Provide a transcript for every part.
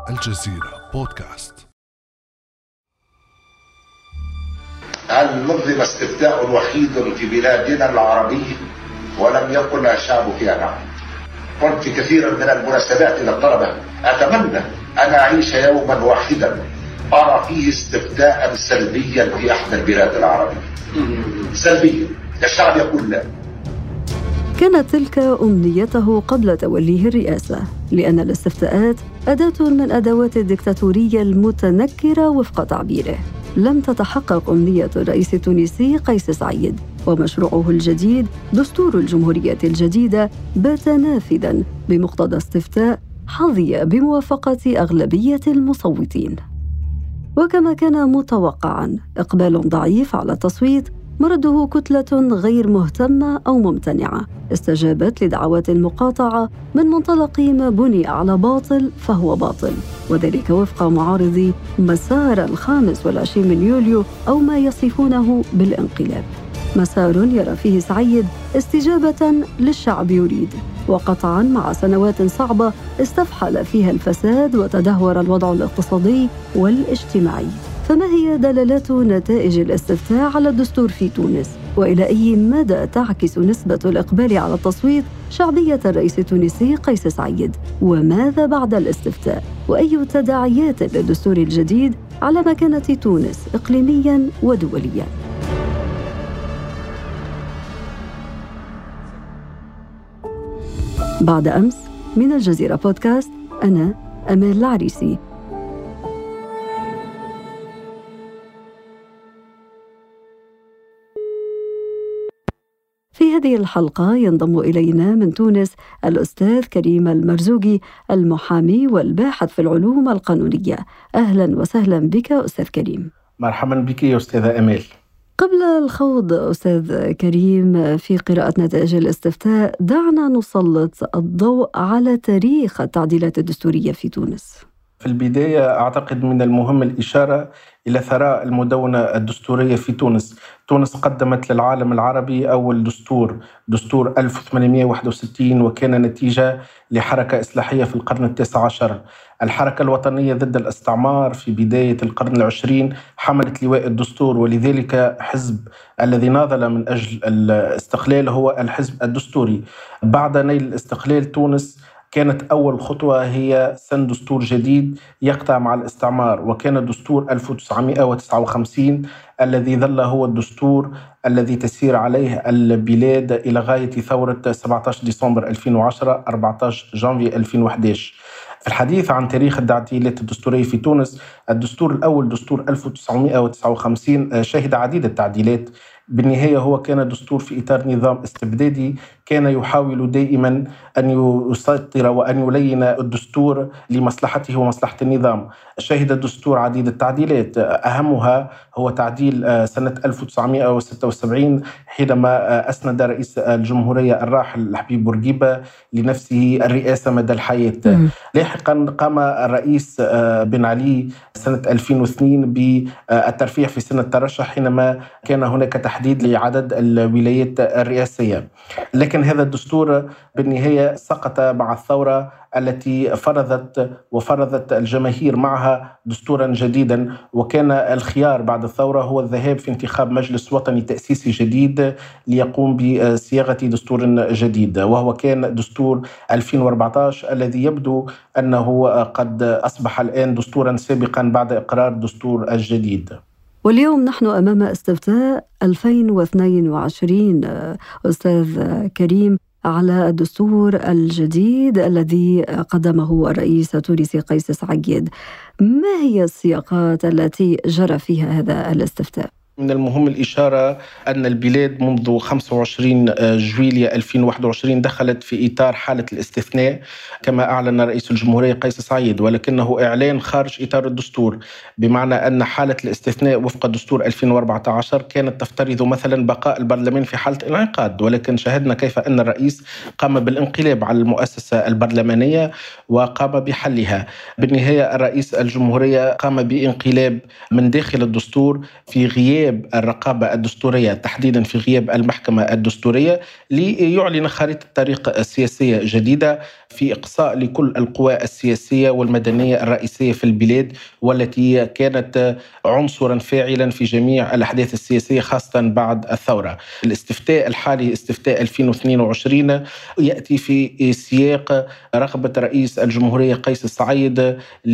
الجزيرة بودكاست. هل نظم استفتاء وحيد في بلادنا العربية ولم يقل الشعب فيها نعم؟ قلت في كثير من المناسبات إلى الطلبة أتمنى أن أعيش يوما واحدا أرى فيه استفتاء سلبيا في أحد البلاد العربية. سلبيا الشعب يقول لا. كانت تلك أمنيته قبل توليه الرئاسة، لأن الاستفتاءات أداة من أدوات الدكتاتورية المتنكرة وفق تعبيره. لم تتحقق أمنية الرئيس التونسي قيس سعيد، ومشروعه الجديد دستور الجمهورية الجديدة بات نافذاً بمقتضى استفتاء حظي بموافقة أغلبية المصوتين. وكما كان متوقعاً، إقبال ضعيف على التصويت مرده كتلة غير مهتمة أو ممتنعة استجابت لدعوات المقاطعة من منطلق ما بني على باطل فهو باطل، وذلك وفق معارضي مسار 25 من يوليو أو ما يصفونه بالانقلاب. مسار يرى فيه سعيد استجابة للشعب يريد، وقطعاً مع سنوات صعبة استفحل فيها الفساد وتدهور الوضع الاقتصادي والاجتماعي. فما هي دلالات نتائج الاستفتاء على الدستور في تونس؟ وإلى أي مدى تعكس نسبة الإقبال على التصويت شعبية الرئيس التونسي قيس سعيد؟ وماذا بعد الاستفتاء؟ وأي تداعيات للدستور الجديد على مكانة تونس إقليمياً ودولياً؟ بعد أمس من الجزيرة بودكاست، أنا أمال العريسي. في هذه الحلقة ينضم إلينا من تونس الأستاذ كريم المرزوقي، المحامي والباحث في العلوم القانونية. أهلا وسهلا بك أستاذ كريم. مرحبا بك يا أستاذة أمال. قبل الخوض أستاذ كريم في قراءة نتائج الاستفتاء، دعنا نسلط الضوء على تاريخ التعديلات الدستورية في تونس. في البداية أعتقد من المهم الإشارة إلى ثراء المدونة الدستورية في تونس. تونس قدمت للعالم العربي أول دستور 1861، وكان نتيجة لحركة إصلاحية في القرن التاسع عشر. الحركة الوطنية ضد الاستعمار في بداية القرن العشرين حملت لواء الدستور، ولذلك حزب الذي ناضل من أجل الاستقلال هو الحزب الدستوري. بعد نيل الاستقلال تونس كانت أول خطوة هي سن دستور جديد يقطع مع الاستعمار، وكان دستور 1959 الذي ظل هو الدستور الذي تسير عليه البلاد إلى غاية ثورة 17 ديسمبر 2010 14 جانفي 2011. في الحديث عن تاريخ التعديلات الدستورية في تونس، الدستور الأول دستور 1959 شهد عديد التعديلات. بالنهاية هو كان دستور في إطار نظام استبدادي كان يحاول دائما أن يسيطر وأن يلين الدستور لمصلحته ومصلحة النظام. شهد الدستور عديد التعديلات، أهمها هو تعديل سنة 1976 حينما أسند رئيس الجمهورية الراحل الحبيب بورقيبة لنفسه الرئاسة مدى الحياة. لاحقا قام الرئيس بن علي سنة 2002 بالترفيع في سن الترشح حينما كان هناك تحديد لعدد الولايات الرئاسية. لكن هذا الدستور بالنهاية سقط مع الثورة التي فرضت الجماهير معها دستورا جديدا، وكان الخيار بعد الثورة هو الذهاب في انتخاب مجلس وطني تأسيسي جديد ليقوم بصياغة دستور جديد، وهو كان دستور 2014 الذي يبدو أنه قد أصبح الآن دستورا سابقا بعد إقرار الدستور الجديد. واليوم نحن أمام استفتاء 2022 أستاذ كريم على الدستور الجديد الذي قدمه الرئيس التونسي قيس سعيد. ما هي السياقات التي جرى فيها هذا الاستفتاء؟ من المهم الإشارة أن البلاد منذ 25 جويلية 2021 دخلت في إطار حالة الاستثناء كما أعلن رئيس الجمهورية قيس سعيد، ولكنه إعلان خارج إطار الدستور، بمعنى أن حالة الاستثناء وفق دستور 2014 كانت تفترض مثلا بقاء البرلمان في حالة الانعقاد، ولكن شاهدنا كيف أن الرئيس قام بالانقلاب على المؤسسة البرلمانية وقام بحلها. بالنهاية الرئيس الجمهورية قام بانقلاب من داخل الدستور في غياب الرقابة الدستورية، تحديدا في غياب المحكمة الدستورية، ليعلن خريطة طريق سياسية جديدة في إقصاء لكل القوى السياسية والمدنية الرئيسية في البلاد، والتي كانت عنصرا فاعلا في جميع الأحداث السياسية خاصة بعد الثورة. الاستفتاء الحالي استفتاء 2022 يأتي في سياق رغبة رئيس الجمهورية قيس سعيد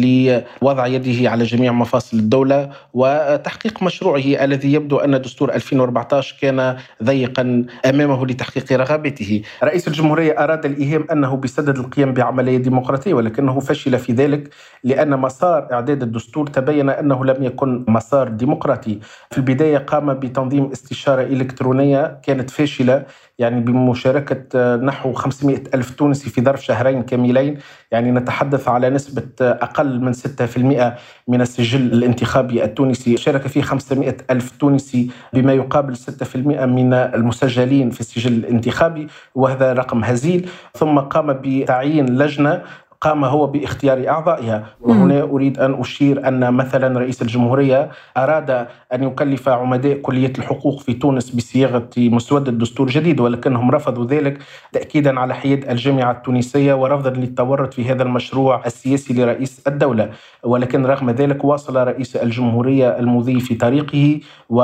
لوضع يده على جميع مفاصل الدولة وتحقيق مشروعه الذي يبدو أن دستور 2014 كان ضيقا أمامه لتحقيق رغبته. رئيس الجمهورية أراد الإيهام أنه بسدد القيام بعملية ديمقراطية، ولكنه فشل في ذلك لأن مسار إعداد الدستور تبين أنه لم يكن مسار ديمقراطي. في البداية قام بتنظيم استشارة إلكترونية كانت فاشلة، يعني بمشاركة نحو 500 ألف تونسي في ظرف شهرين كاملين، يعني نتحدث على نسبة أقل من 6% من السجل الانتخابي التونسي شارك فيه 500 ألف تونسي بما يقابل 6% من المسجلين في السجل الانتخابي، وهذا رقم هزيل. ثم قام بتعيين لجنة قام هو باختيار أعضائها. وهنا أريد أن أشير أن مثلا رئيس الجمهورية أراد أن يكلف عمداء كلية الحقوق في تونس بصياغة مسودة دستور جديد، ولكنهم رفضوا ذلك تأكيدا على حياد الجامعة التونسية ورفضا للتورط في هذا المشروع السياسي لرئيس الدولة. ولكن رغم ذلك واصل رئيس الجمهورية المضي في طريقه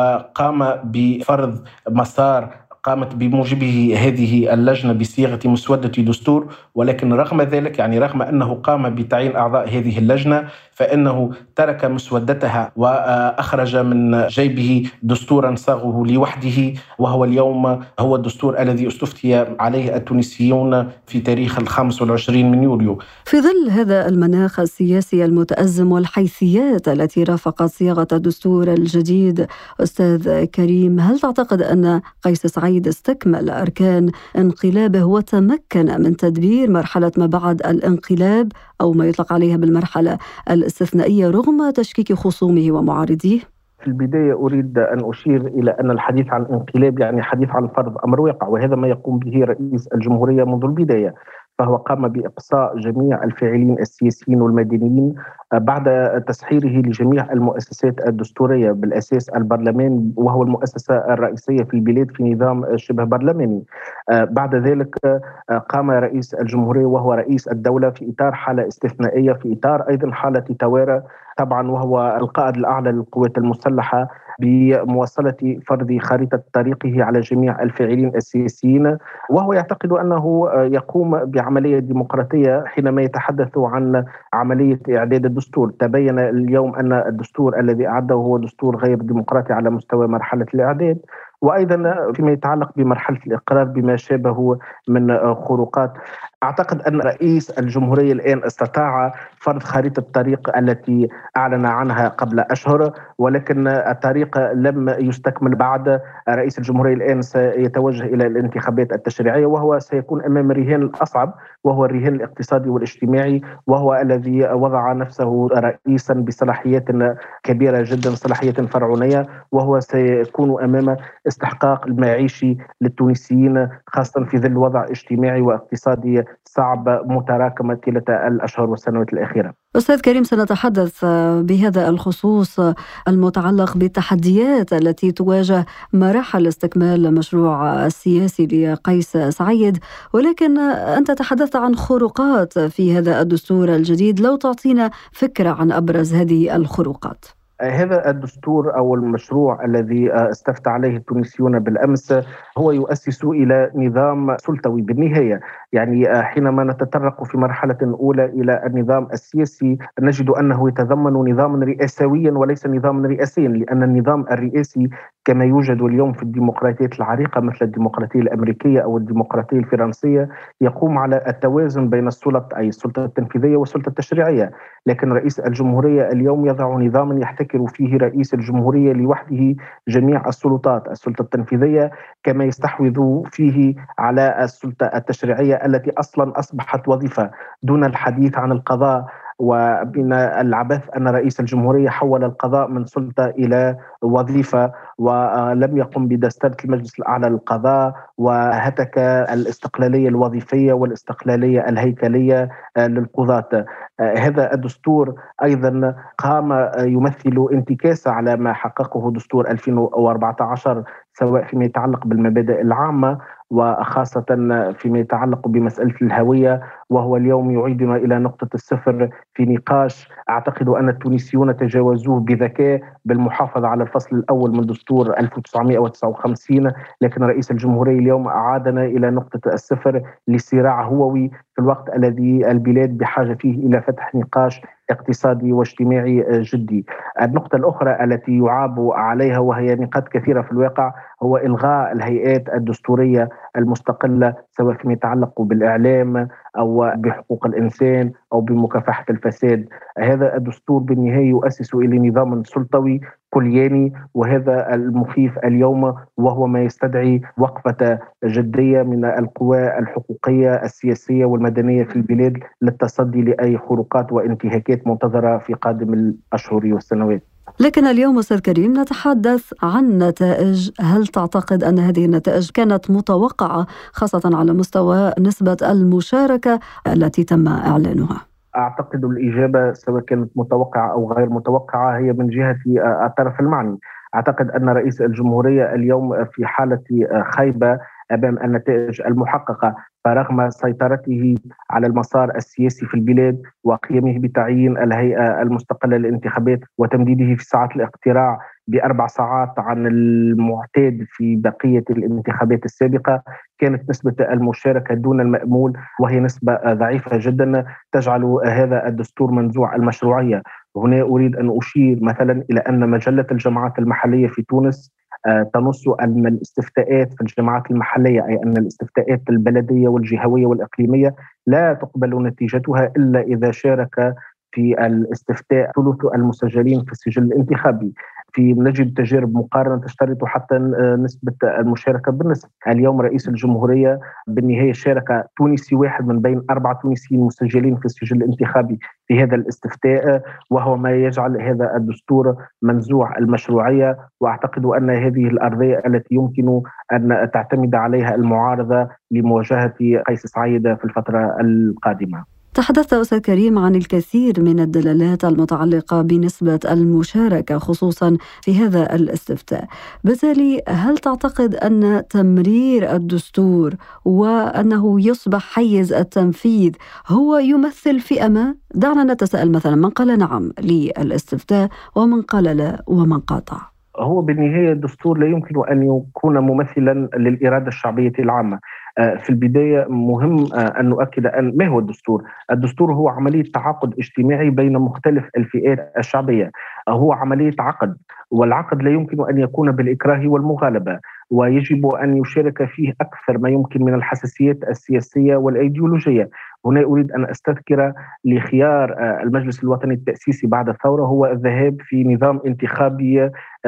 وقام بفرض مسار قامت بموجبه هذه اللجنة بصياغة مسودة دستور. ولكن رغم ذلك، يعني رغم أنه قام بتعيين أعضاء هذه اللجنة، فإنه ترك مسودتها وأخرج من جيبه دستورا صاغه لوحده، وهو اليوم هو الدستور الذي استفتي عليه التونسيون في تاريخ 25 من يوليو. في ظل هذا المناخ السياسي المتأزم والحيثيات التي رافقت صياغة الدستور الجديد، أستاذ كريم، هل تعتقد أن قيس سعيد استكمل أركان انقلابه وتمكن من تدبير مرحلة ما بعد الانقلاب أو ما يطلق عليها بالمرحلة الاستثنائية رغم تشكيك خصومه ومعارضيه؟ في البداية أريد أن أشير إلى أن الحديث عن انقلاب يعني حديث عن فرض أمر واقع، وهذا ما يقوم به رئيس الجمهورية منذ البداية. فهو قام بإقصاء جميع الفاعلين السياسيين والمدنيين بعد تسحيره لجميع المؤسسات الدستورية، بالأساس البرلمان وهو المؤسسة الرئيسية في البلاد في نظام شبه برلماني. بعد ذلك قام رئيس الجمهورية وهو رئيس الدولة في إطار حالة استثنائية، في إطار أيضا حالة طوارئ طبعا، وهو القائد الأعلى للقوات المسلحة، بمواصلة فرض خريطة طريقه على جميع الفاعلين السياسيين. وهو يعتقد أنه يقوم بعملية ديمقراطية حينما يتحدث عن عملية إعداد الدستور. تبين اليوم أن الدستور الذي أعده هو دستور غير ديمقراطي على مستوى مرحلة الإعداد، وأيضا فيما يتعلق بمرحلة الإقرار بما شابه من خروقات. أعتقد أن رئيس الجمهورية الآن استطاع فرض خريطة الطريق التي أعلن عنها قبل أشهر، ولكن الطريق لم يستكمل بعد. رئيس الجمهورية الآن سيتوجه إلى الانتخابات التشريعية، وهو سيكون أمام الرهان الأصعب، وهو الرهان الاقتصادي والاجتماعي، وهو الذي وضع نفسه رئيسا بصلاحيات كبيرة جدا، صلاحيات فرعونية، وهو سيكون أمام استحقاق المعيشي للتونسيين، خاصة في ظل وضع اجتماعي واقتصادي صعب متراكمة طيلة الأشهر والسنوات الأخيرة. أستاذ كريم، سنتحدث بهذا الخصوص المتعلق بالتحديات التي تواجه مراحل استكمال المشروع السياسي لقيس سعيد، ولكن أنت تحدثت عن خروقات في هذا الدستور الجديد، لو تعطينا فكرة عن أبرز هذه الخروقات. هذا الدستور أو المشروع الذي استفتى عليه التونسيون بالأمس هو يؤسس إلى نظام سلطوي بالنهاية. يعني حينما نتطرق في مرحلة أولى إلى النظام السياسي نجد أنه يتضمن نظاما رئاسويا وليس نظاما رئاسيا، لأن النظام الرئاسي كما يوجد اليوم في الديمقراطيات العريقة مثل الديمقراطية الأمريكية أو الديمقراطية الفرنسية يقوم على التوازن بين السلطة، أي السلطة التنفيذية والسلطة التشريعية. لكن رئيس الجمهورية اليوم يضع نظاما يحتكر فيه رئيس الجمهورية لوحده جميع السلطات، السلطة التنفيذية كما يستحوذ فيه على السلطة التشريعية التي أصلا أصبحت وظيفة دون الحديث عن القضاء. وبين العبث أن رئيس الجمهورية حول القضاء من سلطة إلى وظيفة، ولم يقم بدستورة المجلس الأعلى للقضاء، وهتك الاستقلالية الوظيفية والاستقلالية الهيكلية للقضاة. هذا الدستور أيضا قام يمثل انتكاسة على ما حققه دستور 2014 سواء فيما يتعلق بالمبادئ العامة وخاصة فيما يتعلق بمسألة الهوية، وهو اليوم يعيدنا إلى نقطة الصفر في نقاش أعتقد أن التونسيون تجاوزوه بذكاء بالمحافظة على الفصل الأول من دستور 1959، لكن رئيس الجمهورية اليوم أعادنا إلى نقطة الصفر لصراع هووي في الوقت الذي البلاد بحاجة فيه إلى فتح نقاش اقتصادي واجتماعي جدي. النقطة الأخرى التي يعاب عليها وهي نقاط كثيرة في الواقع هو إلغاء الهيئات الدستورية المستقلة، سواء فيما يتعلق بالإعلام أو بحقوق الإنسان أو بمكافحة الفساد. هذا الدستور بالنهاية يؤسس إلى نظام سلطوي كلياني، وهذا المخيف اليوم، وهو ما يستدعي وقفة جدية من القوى الحقوقية السياسية والمدنية في البلاد للتصدي لأي خروقات وانتهاكات منتظرة في قادم الأشهر والسنوات. لكن اليوم أستاذ كريم نتحدث عن نتائج. هل تعتقد أن هذه النتائج كانت متوقعة، خاصة على مستوى نسبة المشاركة التي تم إعلانها؟ أعتقد الإجابة سواء كانت متوقعة أو غير متوقعة هي من جهة الطرف المعني. أعتقد أن رئيس الجمهورية اليوم في حالة خيبة أمام النتائج المحققة، فرغم سيطرته على المسار السياسي في البلاد وقيامه بتعيين الهيئة المستقلة للانتخابات وتمديده في ساعات الاقتراع ب4 ساعات عن المعتاد في بقية الانتخابات السابقة، كانت نسبة المشاركة دون المأمول، وهي نسبة ضعيفة جدا تجعل هذا الدستور منزوع المشروعية. هنا أريد أن أشير مثلا إلى أن مجلة الجماعات المحلية في تونس تنص أن الاستفتاءات في الجماعات المحلية، أي أن الاستفتاءات البلدية والجهوية والإقليمية لا تقبل نتيجتها إلا إذا شارك في الاستفتاء ثلث المسجلين في السجل الانتخابي. نجد تجارب مقارنة تشترط حتى نسبة المشاركة بالنسبة. اليوم رئيس الجمهورية بالنهاية شارك تونسي واحد من بين 4 تونسيين مسجلين في السجل الانتخابي في هذا الاستفتاء، وهو ما يجعل هذا الدستور منزوع المشروعية. وأعتقد أن هذه الأرضية التي يمكن أن تعتمد عليها المعارضة لمواجهة قيس سعيد في الفترة القادمة. تحدثت أستاذ كريم عن الكثير من الدلالات المتعلقة بنسبة المشاركة خصوصا في هذا الاستفتاء، بالتالي هل تعتقد أن تمرير الدستور وأنه يصبح حيز التنفيذ هو يمثل فئة ما؟ دعنا نتساءل مثلا، من قال نعم للاستفتاء ومن قال لا ومن قاطع؟ هو بالنهاية الدستور لا يمكن أن يكون ممثلا للإرادة الشعبية العامة. في البداية مهم أن نؤكد أن ما هو الدستور؟ الدستور هو عملية تعاقد اجتماعي بين مختلف الفئات الشعبية، هو عملية عقد، والعقد لا يمكن أن يكون بالإكراه والمغالبة، ويجب أن يشارك فيه أكثر ما يمكن من الحساسيات السياسية والأيديولوجية. هنا أريد أن أستذكر لخيار المجلس الوطني التأسيسي بعد الثورة هو الذهاب في نظام انتخابي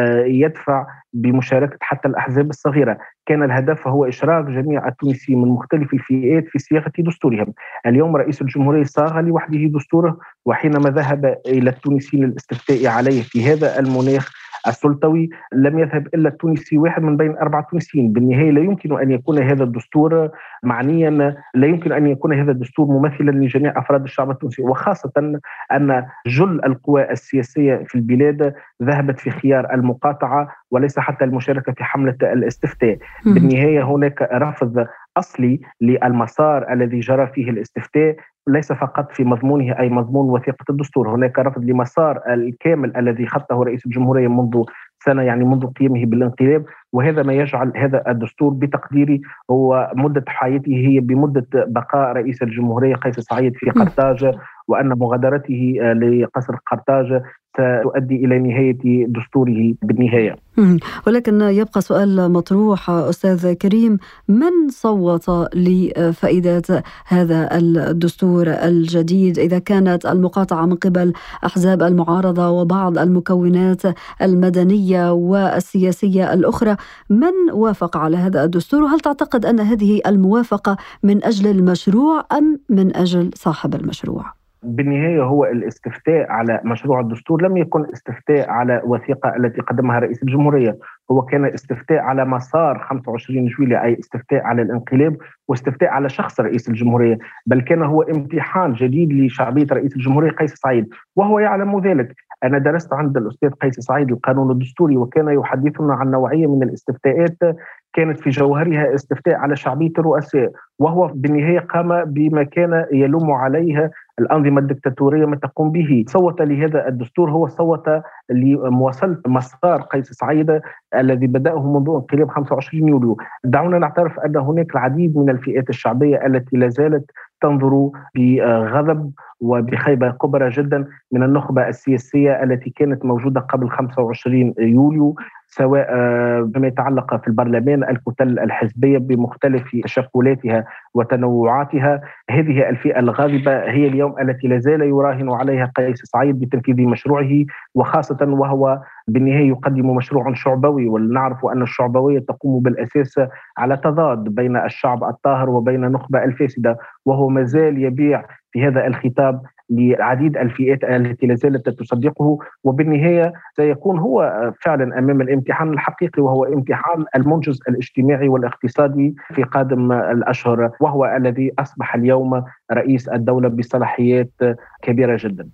يدفع بمشاركة حتى الأحزاب الصغيرة. كان الهدف هو إشراك جميع التونسيين من مختلف الفئات في صياغة دستورهم. اليوم رئيس الجمهورية صاغ لوحده دستوره، وحينما ذهب إلى التونسيين للاستفتاء عليه في هذا المناخ السلطوي لم يذهب إلا التونسي واحد من بين 4 تونسيين. بالنهاية لا يمكن أن يكون هذا الدستور معنيا، لا يمكن أن يكون هذا الدستور ممثلا لجميع أفراد الشعب التونسي، وخاصة أن جل القوى السياسية في البلاد ذهبت في خيار المقاطعة وليس حتى المشاركة في حملة الاستفتاء. بالنهاية هناك رفض أصلي للمسار الذي جرى فيه الاستفتاء، ليس فقط في مضمونه أي مضمون وثيقة الدستور، هناك رفض لمسار الكامل الذي خطه رئيس الجمهورية منذ سنة، يعني منذ قيامه بالانقلاب. وهذا ما يجعل هذا الدستور بتقديري هو مدة حياته هي بمدة بقاء رئيس الجمهورية قيس سعيد في قرطاج، وأن مغادرته لقصر قرطاج ستؤدي إلى نهاية دستوره بالنهاية. ولكن يبقى سؤال مطروح أستاذ كريم، من صوت لفائدة هذا الدستور الجديد إذا كانت المقاطعة من قبل أحزاب المعارضة وبعض المكونات المدنية والسياسية الأخرى؟ من وافق على هذا الدستور؟ وهل تعتقد أن هذه الموافقة من أجل المشروع أم من أجل صاحب المشروع؟ بالنهاية هو الاستفتاء على مشروع الدستور لم يكن استفتاء على وثيقة التي قدمها رئيس الجمهورية، هو كان استفتاء على مسار 25 جويلية، أي استفتاء على الانقلاب واستفتاء على شخص رئيس الجمهورية، بل كان هو امتحان جديد لشعبية رئيس الجمهورية قيس سعيد، وهو يعلم ذلك. أنا درست عند الأستاذ قيس سعيد القانون الدستوري، وكان يحدثنا عن نوعية من الاستفتاءات كانت في جوهرها استفتاء على شعبية الرؤساء، وهو بالنهاية قام بما كان يلوم عليه الأنظمة الدكتاتورية ما تقوم به. صوت لهذا الدستور، هو صوت لمواصلة مسار قيس سعيد الذي بدأه منذ انقلاب 25 يوليو. دعونا نعترف أن هناك العديد من الفئات الشعبية التي لا زالت تنظر بغضب وبخيبة كبرى جدا من النخبة السياسية التي كانت موجودة قبل 25 يوليو، سواء بما يتعلق في البرلمان الكتل الحزبية بمختلف تشكلاتها وتنوعاتها. هذه الفئة الغاضبة هي اليوم التي لا زال يراهن عليها قيس سعيد بتنفيذ مشروعه، وخاصة وهو بالنهاية يقدم مشروع شعبوي، ونعرف أن الشعبوية تقوم بالأساس على تضاد بين الشعب الطاهر وبين النخبة الفاسدة، وهو ما زال يبيع في هذا الخطاب لعديد الفئات التي لا زالت تصدقه. وبالنهاية سيكون هو فعلا أمام الامتحان الحقيقي، وهو امتحان المنجز الاجتماعي والاقتصادي في قادم الأشهر، وهو الذي أصبح اليوم رئيس الدولة بصلاحيات كبيرة جدا.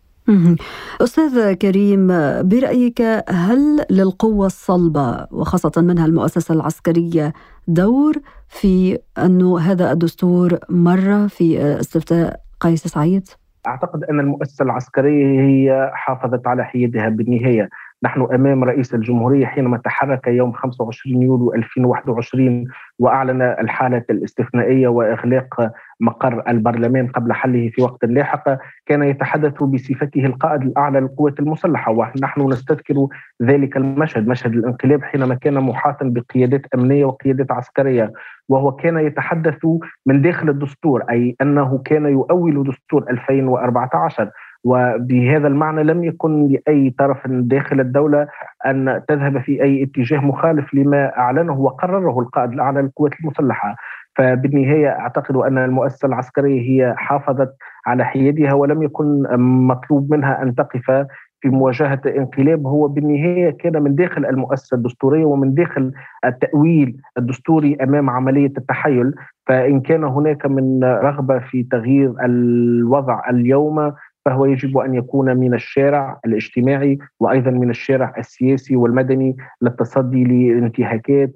أستاذ كريم، برأيك هل للقوة الصلبة وخاصة منها المؤسسة العسكرية دور في أن هذا الدستور مر في استفتاء قيس سعيد؟ أعتقد أن المؤسسة العسكرية هي حافظت على حيادها بالنهاية. نحن أمام رئيس الجمهورية حينما تحرك يوم 25 يوليو 2021 وأعلن الحالة الاستثنائية وإغلاق مقر البرلمان قبل حله في وقت لاحق، كان يتحدث بصفته القائد الأعلى للقوات المسلحة، ونحن نستذكر ذلك المشهد، مشهد الانقلاب، حينما كان محاطا بقيادات أمنية وقيادات عسكرية، وهو كان يتحدث من داخل الدستور، أي أنه كان يؤول دستور 2014. وبهذا المعنى لم يكن لأي طرف داخل الدولة أن تذهب في أي اتجاه مخالف لما أعلنه وقرره القائد الأعلى للقوات المسلحة. فبالنهاية أعتقد أن المؤسسة العسكرية هي حافظت على حيادها، ولم يكن مطلوب منها أن تقف في مواجهة انقلاب هو بالنهاية كان من داخل المؤسسة الدستورية ومن داخل التأويل الدستوري أمام عملية التحيل. فإن كان هناك من رغبة في تغيير الوضع اليوم، فهو يجب أن يكون من الشارع الاجتماعي وأيضا من الشارع السياسي والمدني للتصدي للانتهاكات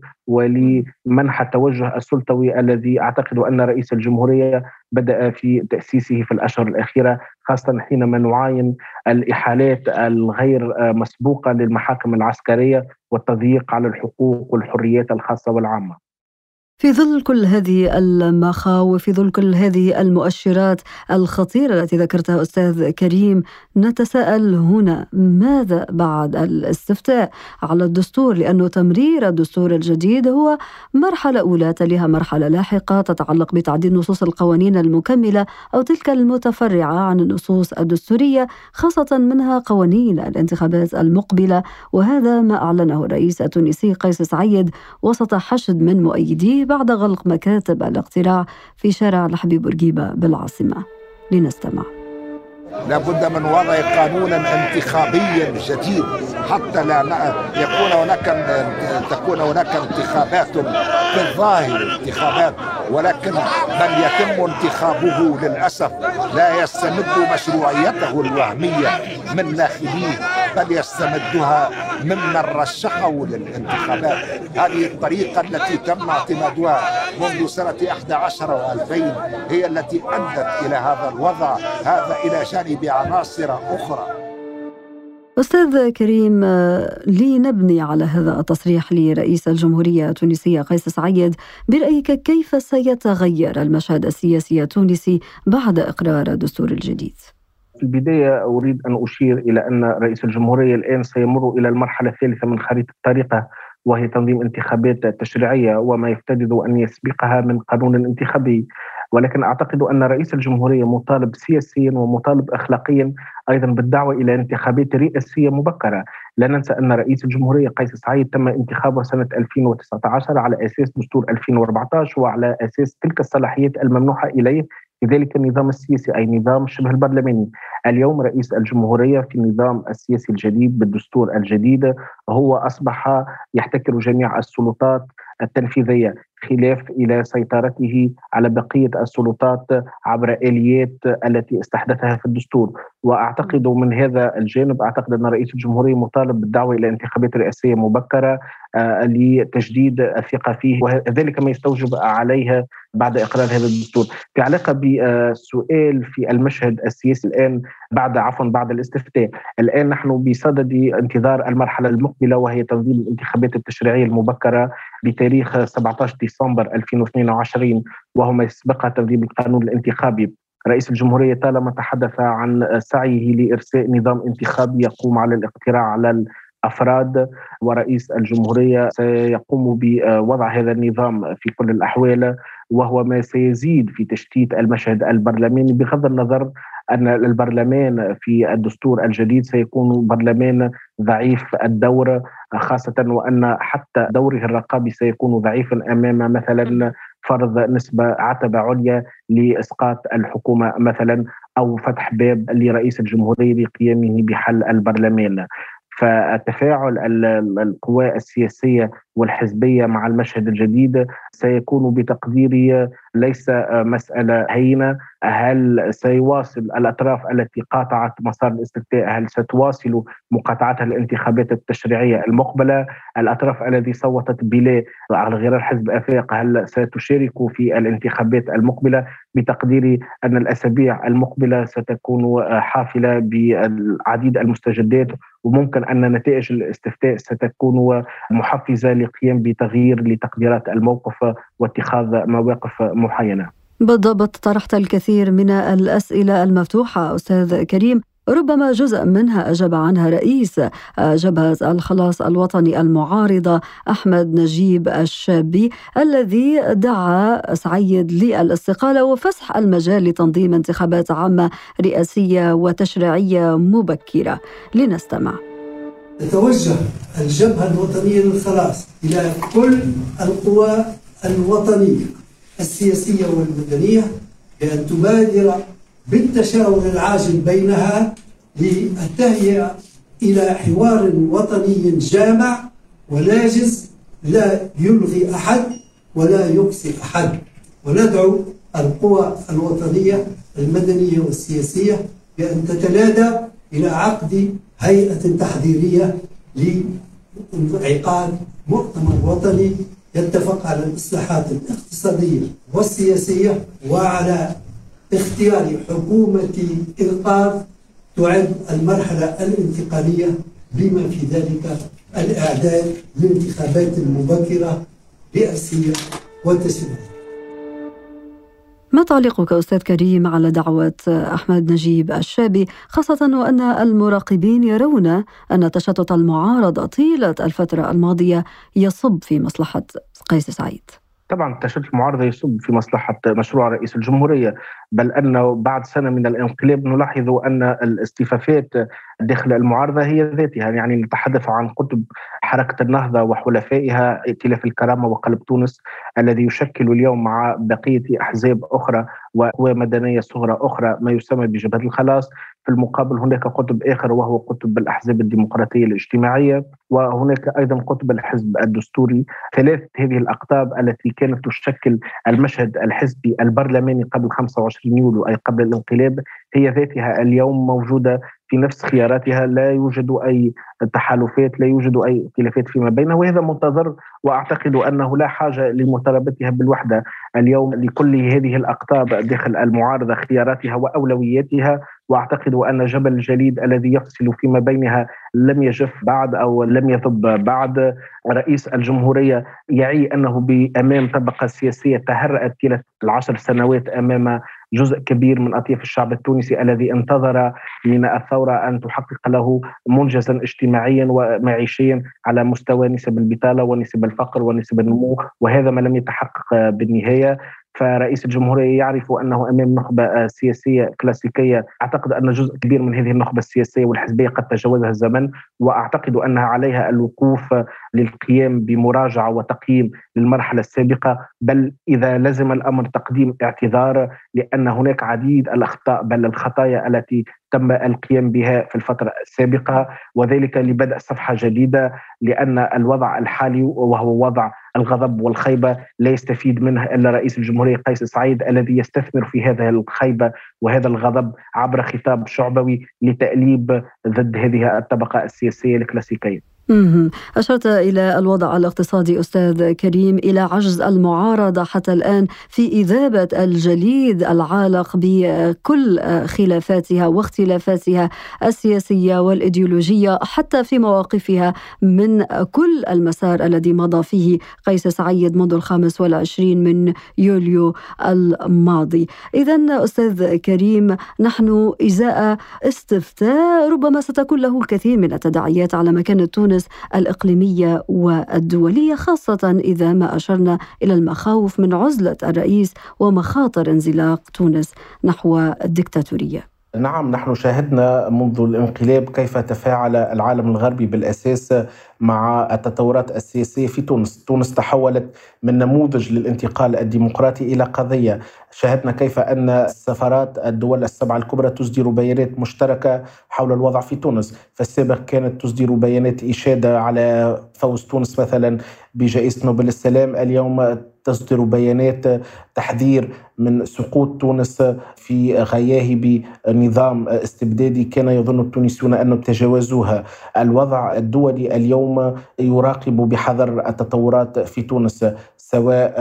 ولمنح التوجه السلطوي الذي أعتقد أن رئيس الجمهورية بدأ في تأسيسه في الأشهر الأخيرة، خاصة حينما نعاين الإحالات الغير مسبوقة للمحاكم العسكرية والتضييق على الحقوق والحريات الخاصة والعامة. في ظل كل هذه المخاوف، في ظل كل هذه المؤشرات الخطيرة التي ذكرتها أستاذ كريم، نتساءل هنا ماذا بعد الاستفتاء على الدستور؟ لأنه تمرير الدستور الجديد هو مرحلة أولى، تليها مرحلة لاحقة تتعلق بتعديل نصوص القوانين المكملة أو تلك المتفرعة عن النصوص الدستورية، خاصة منها قوانين الانتخابات المقبلة. وهذا ما أعلنه الرئيس التونسي قيس سعيد وسط حشد من مؤيديه بعد غلق مكاتب الاقتراع في شارع الحبيب بورقيبة بالعاصمة. لنستمع. لابد من وضع قانونا انتخابيا جديد حتى لا تكون هناك انتخابات في الظاهر انتخابات، ولكن من يتم انتخابه للأسف لا يستمد مشروعيته الوهمية من ناخبيه، بل يستمدها ممن رشحه للانتخابات. هذه الطريقة التي تم اعتمادها منذ سنة 11 و2000 هي التي أدت إلى هذا الوضع، هذا إلى جانب عناصر أخرى. أستاذ كريم، لنبني على هذا التصريح لرئيس الجمهورية التونسية قيس سعيد، برأيك كيف سيتغير المشهد السياسي التونسي بعد إقرار الدستور الجديد؟ في البداية أريد أن أشير إلى أن رئيس الجمهورية الآن سيمر إلى المرحلة الثالثة من خريطة الطريقة، وهي تنظيم انتخابات تشريعية وما يفترض أن يسبقها من قانون انتخابي. ولكن أعتقد أن رئيس الجمهورية مطالب سياسيا ومطالب أخلاقيا أيضا بالدعوة إلى انتخابات رئاسية مبكرة. لا ننسى أن رئيس الجمهورية قيس سعيد تم انتخابه سنة 2019 على أساس دستور 2014 وعلى أساس تلك الصلاحيات الممنوحة إليه في ذلك النظام السياسي، أي نظام شبه البرلماني. اليوم رئيس الجمهورية في النظام السياسي الجديد بالدستور الجديد هو أصبح يحتكر جميع السلطات التنفيذية. خلاف إلى سيطرته على بقية السلطات عبر آليات التي استحدثها في الدستور. وأعتقد من هذا الجانب أعتقد أن رئيس الجمهورية مطالب بالدعوة إلى انتخابات رئاسية مبكرة لتجديد الثقة فيه، وذلك ما يستوجب عليها بعد إقرار هذا الدستور. في علاقة بسؤال في المشهد السياسي الآن بعد الاستفتاء، الآن نحن بصدد انتظار المرحلة المقبلة وهي تنظيم الانتخابات التشريعية المبكرة بتاريخ 17 ديسمبر 2022، وهو ما يسبقها تنظيم القانون الانتخابي. رئيس الجمهورية طالما تحدث عن سعيه لإرساء نظام انتخابي يقوم على الاقتراع على الأفراد، ورئيس الجمهورية سيقوم بوضع هذا النظام في كل الأحوال، وهو ما سيزيد في تشتيت المشهد البرلماني، بغض النظر أن البرلمان في الدستور الجديد سيكون برلمان ضعيف الدور، خاصة وأن حتى دوره الرقابي سيكون ضعيفا أمام مثلا فرض نسبة عتبة عليا لإسقاط الحكومة مثلا، أو فتح باب لرئيس الجمهورية لقيامه بحل البرلمان. فتفاعل القوى السياسية والحزبية مع المشهد الجديد سيكون بتقديري ليس مسألة هينة. هل سيواصل الأطراف التي قاطعت مسار الاستفتاء، هل ستواصل مقاطعتها الانتخابات التشريعية المقبلة؟ الأطراف التي صوتت بلا على غرار حزب آفاق هل ستشارك في الانتخابات المقبلة؟ بتقديري أن الأسابيع المقبلة ستكون حافلة بالعديد المستجدات، وممكن أن نتائج الاستفتاء ستكون محفزة للقيام بتغيير لتقديرات الموقف واتخاذ مواقف معينة. بالضبط، طرحت الكثير من الأسئلة المفتوحة أستاذ كريم، ربما جزء منها أجاب عنها رئيس جبهة الخلاص الوطني المعارضة أحمد نجيب الشابي، الذي دعا سعيد للاستقالة وفسح المجال لتنظيم انتخابات عامة رئاسية وتشريعية مبكرة. لنستمع. تتوجه الجبهة الوطنية للخلاص إلى كل القوى الوطنية السياسية والمدنية بأن تبادر بالتشاور العاجل بينها للتهيئة إلى حوار وطني جامع وناجز لا يلغي أحد ولا يقصي أحد، وندعو القوى الوطنية المدنية والسياسية بأن تتنادى إلى عقد هيئة تحضيرية لإنعقاد مؤتمر وطني يتفق على الإصلاحات الاقتصادية والسياسية وعلى اختيار حكومة إنقاذ تعد المرحلة الانتقالية بما في ذلك الإعداد للانتخابات المبكرة رئاسية وتشريعية. ما تعليقك أستاذ كريم على دعوة أحمد نجيب الشابي، خاصة وأن المراقبين يرون أن تشتت المعارضة طيلة الفترة الماضية يصب في مصلحة قيس سعيد؟ طبعا تشتت المعارضة يصب في مصلحة مشروع رئيس الجمهورية، بل أنه بعد سنة من الانقلاب نلاحظ أن الاستفافات داخل المعارضة هي ذاتها، يعني نتحدث عن قطب حركة النهضة وحلفائها ائتلاف الكرامة وقلب تونس الذي يشكل اليوم مع بقية أحزاب أخرى وقوى مدنية صغرى أخرى ما يسمى بجبهة الخلاص. في المقابل هناك قطب آخر وهو قطب الأحزاب الديمقراطية الاجتماعية، وهناك أيضا قطب الحزب الدستوري. ثلاث هذه الأقطاب التي كانت تشكل المشهد الحزبي البرلماني قبل 25 يوليو أي قبل الانقلاب هي ذاتها اليوم موجودة في نفس خياراتها، لا يوجد أي تحالفات، لا يوجد أي اختلافات فيما بينها، وهذا منتظر، وأعتقد أنه لا حاجة لمطالبتها بالوحدة اليوم لكل هذه الأقطاب داخل المعارضة خياراتها وأولوياتها. وأعتقد أن جبل الجليد الذي يفصل فيما بينها لم يجف بعد أو لم يذب بعد. رئيس الجمهورية يعي أنه بأمام طبقة سياسية تهرأت طيلة 10 سنوات أمام جزء كبير من أطياف الشعب التونسي الذي انتظر من الثورة أن تحقق له منجزا اجتماعيا ومعيشيا على مستوى نسب البطالة ونسب الفقر ونسب النمو، وهذا ما لم يتحقق بالنهاية. فرئيس الجمهورية يعرف أنه أمام نخبة سياسية كلاسيكية. أعتقد أن جزء كبير من هذه النخبة السياسية والحزبية قد تجاوزها الزمن، وأعتقد أنها عليها الوقوف للقيام بمراجعة وتقييم للمرحلة السابقة، بل إذا لزم الأمر تقديم اعتذار، لأن هناك عديد الأخطاء بل الخطايا التي تم القيام بها في الفترة السابقة، وذلك لبدء صفحة جديدة، لأن الوضع الحالي وهو وضع الغضب والخيبة لا يستفيد منها إلا رئيس الجمهورية قيس سعيد الذي يستثمر في هذه الخيبة وهذا الغضب عبر خطاب شعبوي لتأليب ضد هذه الطبقة السياسية الكلاسيكية. أشرت إلى الوضع الاقتصادي أستاذ كريم، إلى عجز المعارضة حتى الآن في إذابة الجليد العالق بكل خلافاتها واختلافاتها السياسية والإيديولوجية، حتى في مواقفها من كل المسار الذي مضى فيه قيس سعيد منذ 25 من يوليو الماضي. إذن أستاذ كريم، نحن إزاء استفتاء ربما ستكون له الكثير من التداعيات على مكانة تونس الإقليمية والدولية، خاصة إذا ما أشرنا إلى المخاوف من عزلة الرئيس ومخاطر انزلاق تونس نحو الدكتاتورية. نعم، نحن شاهدنا منذ الانقلاب كيف تفاعل العالم الغربي بالأساس مع التطورات السياسية في تونس. تونس تحولت من نموذج للانتقال الديمقراطي إلى قضية. شاهدنا كيف أن سفارات الدول السبعة الكبرى تصدر بيانات مشتركة حول الوضع في تونس. فالسابق كانت تصدر بيانات إشادة على فوز تونس مثلا بجائزة نوبل السلام، اليوم تصدر بيانات تحذير من سقوط تونس في غياه بنظام استبدادي كان يظن التونسيون أنه تجاوزوها. الوضع الدولي اليوم يراقب بحذر التطورات في تونس، سواء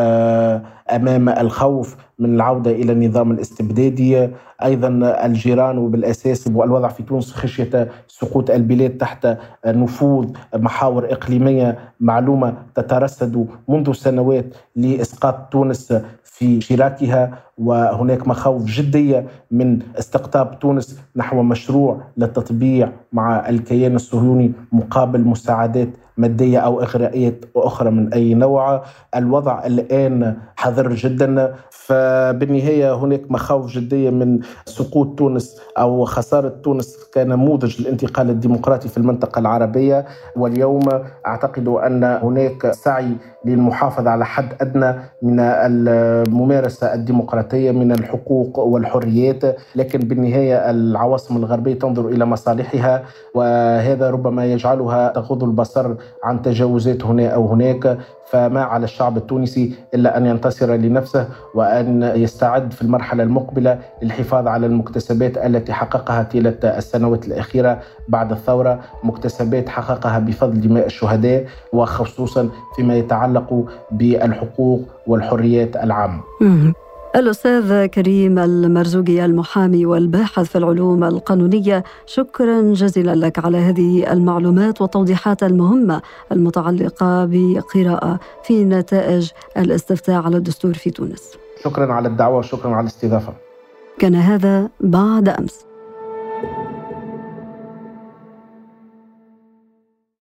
أمام الخوف من العودة إلى النظام الاستبدادي، أيضا الجيران وبالأساس الوضع في تونس خشية سقوط البلاد تحت نفوذ محاور إقليمية معلومة تترصد منذ سنوات لإسقاط تونس في شراكها، وهناك مخاوف جدية من استقطاب تونس نحو مشروع للتطبيع مع الكيان الصهيوني مقابل مساعدات مادية أو إغراءات أخرى من أي نوع. الوضع الآن حذر جدا، فبالنهاية هناك مخاوف جدية من سقوط تونس أو خسارة تونس كنموذج للانتقال الديمقراطي في المنطقة العربية. واليوم أعتقد أن هناك سعي للمحافظة على حد أدنى من الممارسة الديمقراطية من الحقوق والحريات، لكن بالنهاية العواصم الغربية تنظر إلى مصالحها، وهذا ربما يجعلها تغض البصر عن تجاوزات هنا أو هناك. فما على الشعب التونسي إلا أن ينتصر لنفسه وأن يستعد في المرحلة المقبلة للحفاظ على المكتسبات التي حققها طيلة السنوات الأخيرة بعد الثورة، مكتسبات حققها بفضل دماء الشهداء، وخصوصا فيما يتعلق بالحقوق والحريات العامة. الأستاذ كريم المرزوقي، المحامي والباحث في العلوم القانونية، شكرا جزيلا لك على هذه المعلومات والتوضيحات المهمة المتعلقة بقراءة في نتائج الاستفتاء على الدستور في تونس. شكرا على الدعوة وشكرا على الاستضافة. كان هذا بعد أمس.